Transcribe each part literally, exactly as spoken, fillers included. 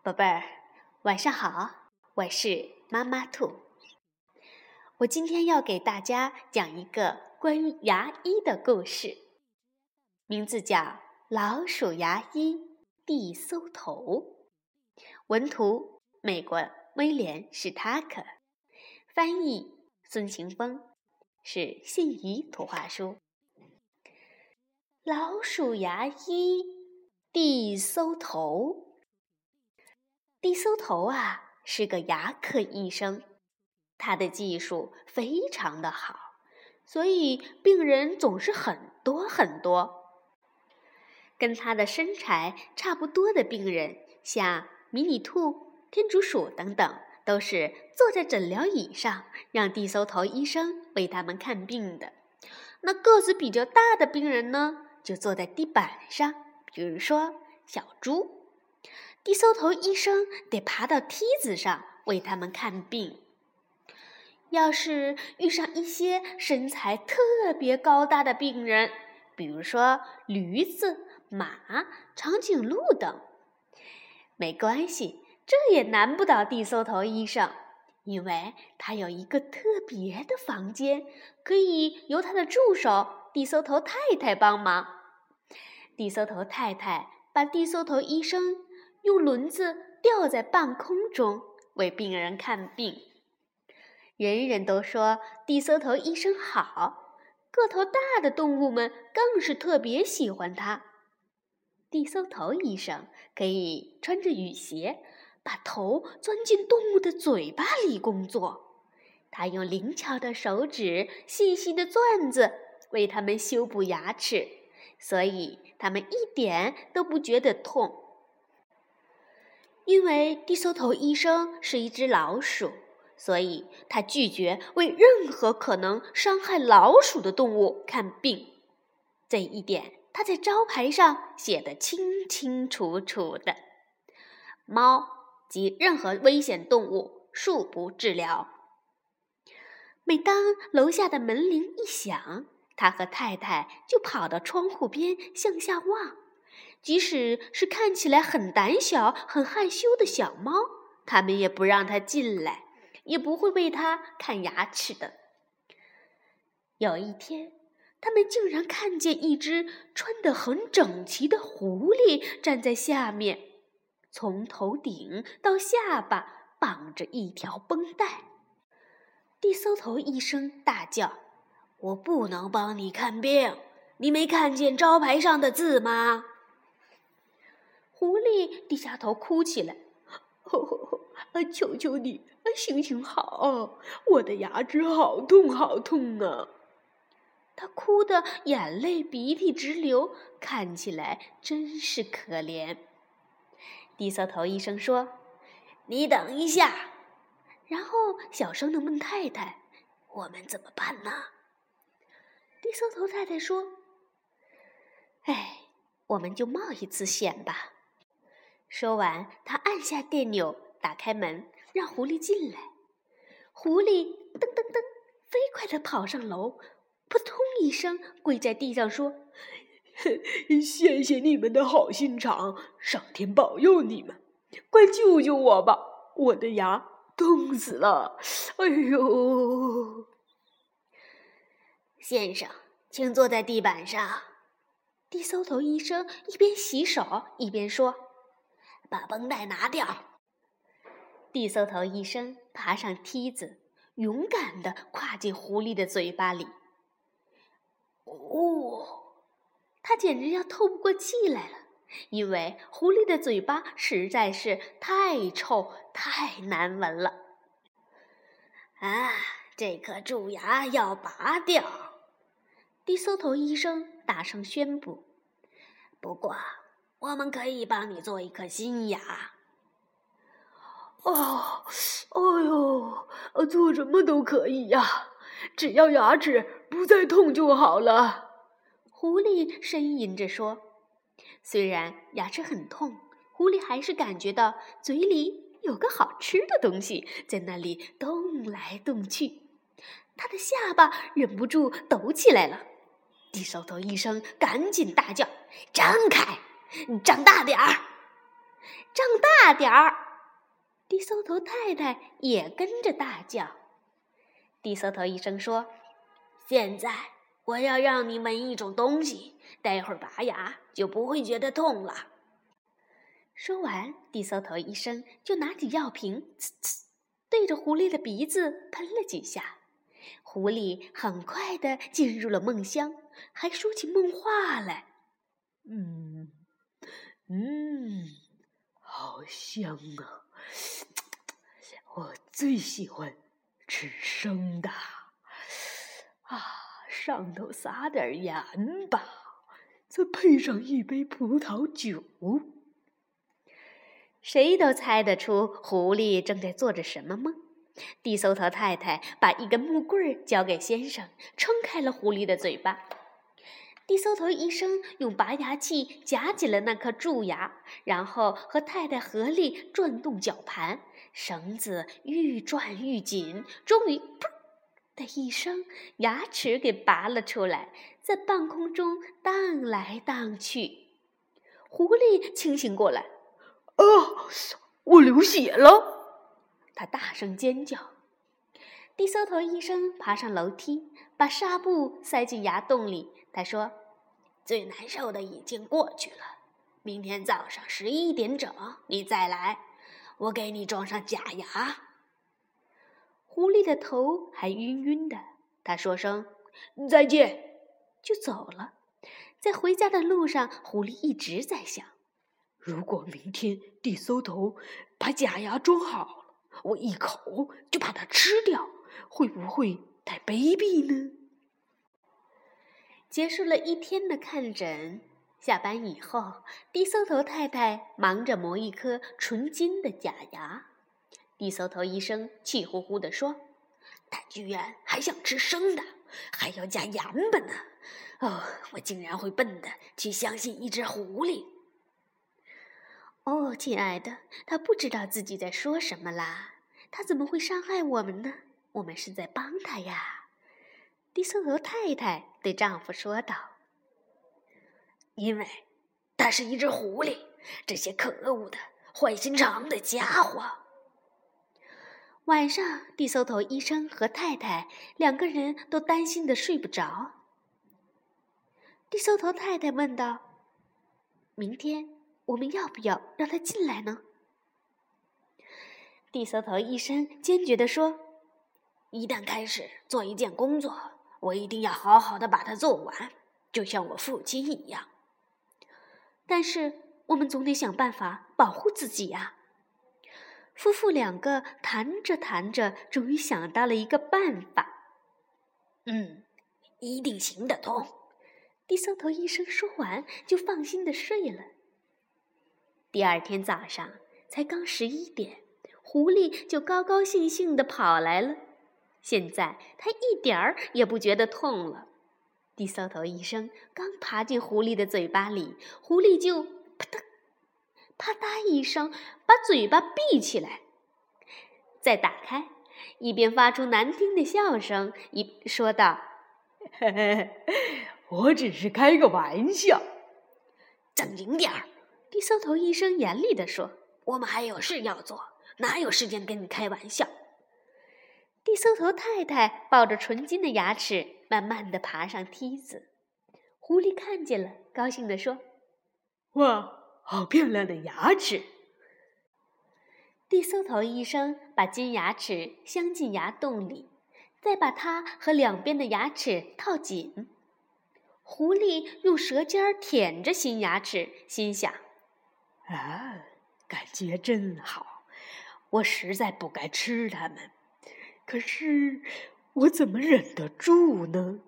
宝贝儿，晚上好，我是妈妈兔。我今天要给大家讲一个关于牙医的故事，名字叫《老鼠牙医地搜头》，文图美国威廉·史塔克，翻译孙晴峰，是信宜图画书。老鼠牙医地搜头。地搜头啊，是个牙科医生，他的技术非常的好，所以病人总是很多很多。跟他的身材差不多的病人，像迷你兔、天竺鼠等等，都是坐在诊疗椅上，让地搜头医生为他们看病的。那个子比较大的病人呢，就坐在地板上，比如说小猪。地搜头医生得爬到梯子上为他们看病。要是遇上一些身材特别高大的病人，比如说驴子、马、长颈鹿等，没关系，这也难不倒地搜头医生，因为他有一个特别的房间，可以由他的助手地搜头太太帮忙。地搜头太太把地搜头医生用轮子吊在半空中，为病人看病。人人都说地搜头医生好，个头大的动物们更是特别喜欢他。地搜头医生可以穿着雨鞋，把头钻进动物的嘴巴里工作。他用灵巧的手指、细细的钻子为它们修补牙齿，所以它们一点都不觉得痛。因为地搜头医生是一只老鼠，所以他拒绝为任何可能伤害老鼠的动物看病。这一点他在招牌上写得清清楚楚的。猫及任何危险动物恕不治疗。每当楼下的门铃一响，他和太太就跑到窗户边向下望。即使是看起来很胆小、很害羞的小猫，他们也不让它进来，也不会为它看牙齿的。有一天，他们竟然看见一只穿得很整齐的狐狸站在下面，从头顶到下巴绑着一条绷带。地搜头医生大叫：“我不能帮你看病，你没看见招牌上的字吗？”狐狸低下头哭起来，吼吼吼！啊，求求你，啊，行行好，我的牙齿好痛好痛啊！他哭得眼泪鼻涕直流，看起来真是可怜。地搜头医生说：“你等一下。”然后小声地问太太：“我们怎么办呢？”地搜头太太说：“哎，我们就冒一次险吧。”说完，他按下电钮，打开门，让狐狸进来。狐狸噔噔噔，飞快地跑上楼，扑通一声跪在地上说：“谢谢你们的好心肠，上天保佑你们，快救救我吧，我的牙痛死了！哎呦！”先生，请坐在地板上。地搜头医生一边洗手一边说：“把绷带拿掉。”地搜头医生爬上梯子，勇敢地跨进狐狸的嘴巴里。哦，他简直要透不过气来了，因为狐狸的嘴巴实在是太臭、太难闻了。啊，这颗蛀牙要拔掉！地搜头医生大声宣布。不过，我们可以帮你做一颗新牙。哦，哎呦，做什么都可以呀，只要牙齿不再痛就好了。狐狸呻吟着说。虽然牙齿很痛，狐狸还是感觉到嘴里有个好吃的东西在那里动来动去。他的下巴忍不住抖起来了。地搜头医生赶紧大叫：“张开！张大点儿！” 长大点儿！”地搜头太太也跟着大叫。地搜头医生说：“现在我要让你闻一种东西，待会儿拔牙就不会觉得痛了。”说完，地搜头医生就拿起药瓶，呲呲，对着狐狸的鼻子喷了几下。狐狸很快地进入了梦乡，还说起梦话来。 嗯嗯，好香啊！我最喜欢吃生的啊，上头撒点盐吧，再配上一杯葡萄酒。 谁都猜得出狐狸正在做着什么梦。地搜头太太把一根木棍交给先生，撑开了狐狸的嘴巴。地搜头医生用拔牙器夹紧了那颗蛀牙，然后和太太合力转动绞盘，绳子愈转愈紧，终于“噗”的一声，牙齿给拔了出来，在半空中荡来荡去。狐狸清醒过来， 啊！我流血了！ 他大声尖叫。地搜头医生爬上楼梯，把纱布塞进牙洞里。他说：“最难受的已经过去了，明天早上十一点整你再来，我给你装上假牙。”狐狸的头还晕晕的，他说声再见就走了。在回家的路上，狐狸一直在想， 如果明天地搜头把假牙装好了，我一口就把它吃掉，会不会太卑鄙呢？ 结束了一天的看诊，下班以后，地搜头太太忙着磨一颗纯金的假牙。地搜头医生气呼呼地说：“他居然还想吃生的，还要加盐巴呢！哦，我竟然会笨的去相信一只狐狸！”哦，亲爱的，他不知道自己在说什么啦。他怎么会伤害我们呢？我们是在帮他呀。地搜头太太对丈夫说道：“因为他是一只狐狸，这些可恶的、坏心肠的家伙。”晚上，地搜头医生和太太两个人都担心的睡不着。地搜头太太问道：“明天我们要不要让他进来呢？”地搜头医生坚决地说：“一旦开始做一件工作，我一定要好好的把它做完，就像我父亲一样。但是我们总得想办法保护自己呀。”夫妇两个谈着谈着，终于想到了一个办法。“嗯，一定行得通。”地搜头医生说完，就放心的睡了。第二天早上，才刚十一点，狐狸就高高兴兴地跑来了。现在它一点儿也不觉得痛了。地搜头医生刚爬进狐狸的嘴巴里，狐狸就啪嗒啪嗒一声把嘴巴闭起来，再打开，一边发出难听的笑声，一说道：“ 嘿嘿，我只是开个玩笑。”“ 正经点儿！”地搜头医生严厉地说，“我们还有事要做，哪有时间跟你开玩笑？”地搜头太太抱着纯金的牙齿，慢慢地爬上梯子。狐狸看见了，高兴地说：“ 哇，好漂亮的牙齿！” 地搜头医生把金牙齿镶进牙洞里，再把它和两边的牙齿套紧。狐狸用舌尖舔着新牙齿，心想：“ 啊，感觉真好！我实在不该吃它们，可是我怎么忍得住呢？”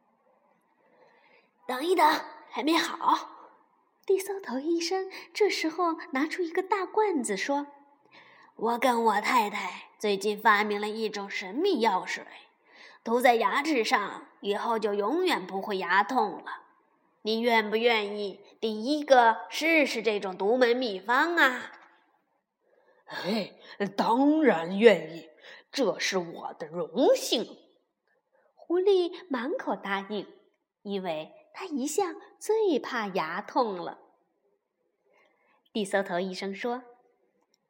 等一等，还没好。地搜头医生这时候拿出一个大罐子，说：“我跟我太太最近发明了一种神秘药水，涂在牙齿上，以后就永远不会牙痛了。你愿不愿意第一个试试这种独门秘方啊？”“ 哎，当然愿意，这是我的荣幸。” 狐狸满口答应，因为他一向最怕牙痛了。地搜头医生说：“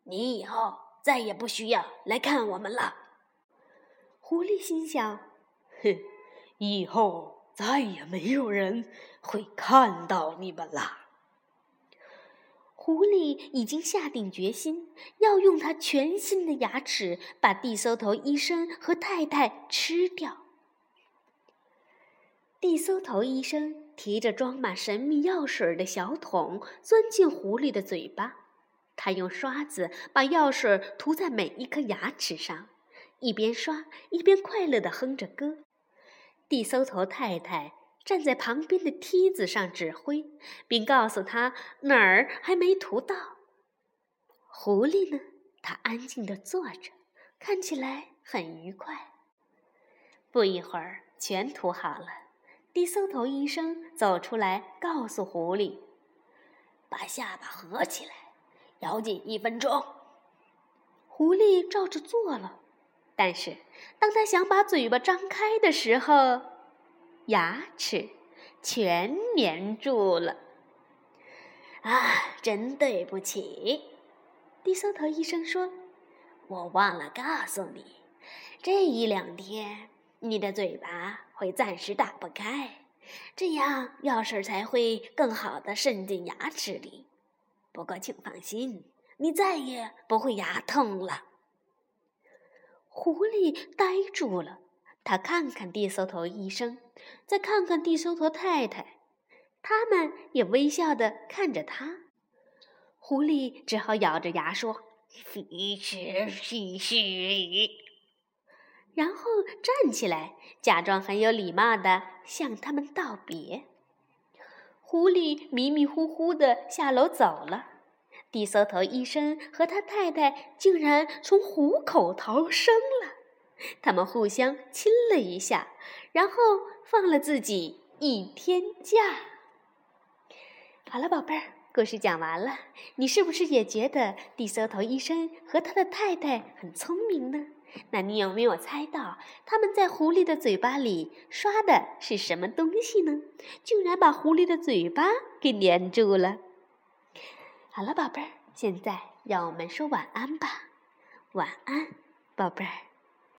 你以后再也不需要来看我们了。狐狸心想， 哼，以后再也没有人会看到你们了。 狐狸已经下定决心，要用它全新的牙齿把地搜头医生和太太吃掉。地搜头医生提着装满神秘药水的小桶，钻进狐狸的嘴巴。他用刷子把药水涂在每一颗牙齿上，一边刷一边快乐地哼着歌。地搜头太太站在旁边的梯子上指挥，并告诉他哪儿还没涂到。狐狸呢，它安静地坐着，看起来很愉快。不一会儿，全涂好了。地搜头医生走出来，告诉狐狸：“把下巴合起来，咬紧一分钟。”狐狸照着做了，但是当他想把嘴巴张开的时候，牙齿全粘住了。啊，真对不起，地搜头医生说，我忘了告诉你，这一两天你的嘴巴会暂时打不开，这样药水才会更好地渗进牙齿里。不过请放心，你再也不会牙痛了。狐狸呆住了，他看看地搜头医生，再看看地搜头太太，他们也微笑地看着他。狐狸只好咬着牙说：“谢谢，谢谢。”然后站起来，假装很有礼貌地向他们道别。狐狸迷迷糊糊地下楼走了。地搜头医生和他太太竟然从虎口逃生了，他们互相亲了一下，然后放了自己一天假。好了，宝贝儿，故事讲完了，你是不是也觉得地搜头医生和他的太太很聪明呢？那你有没有猜到他们在狐狸的嘴巴里刷的是什么东西呢？竟然把狐狸的嘴巴给粘住了。好了，宝贝儿，现在让我们说晚安吧。晚安，宝贝儿。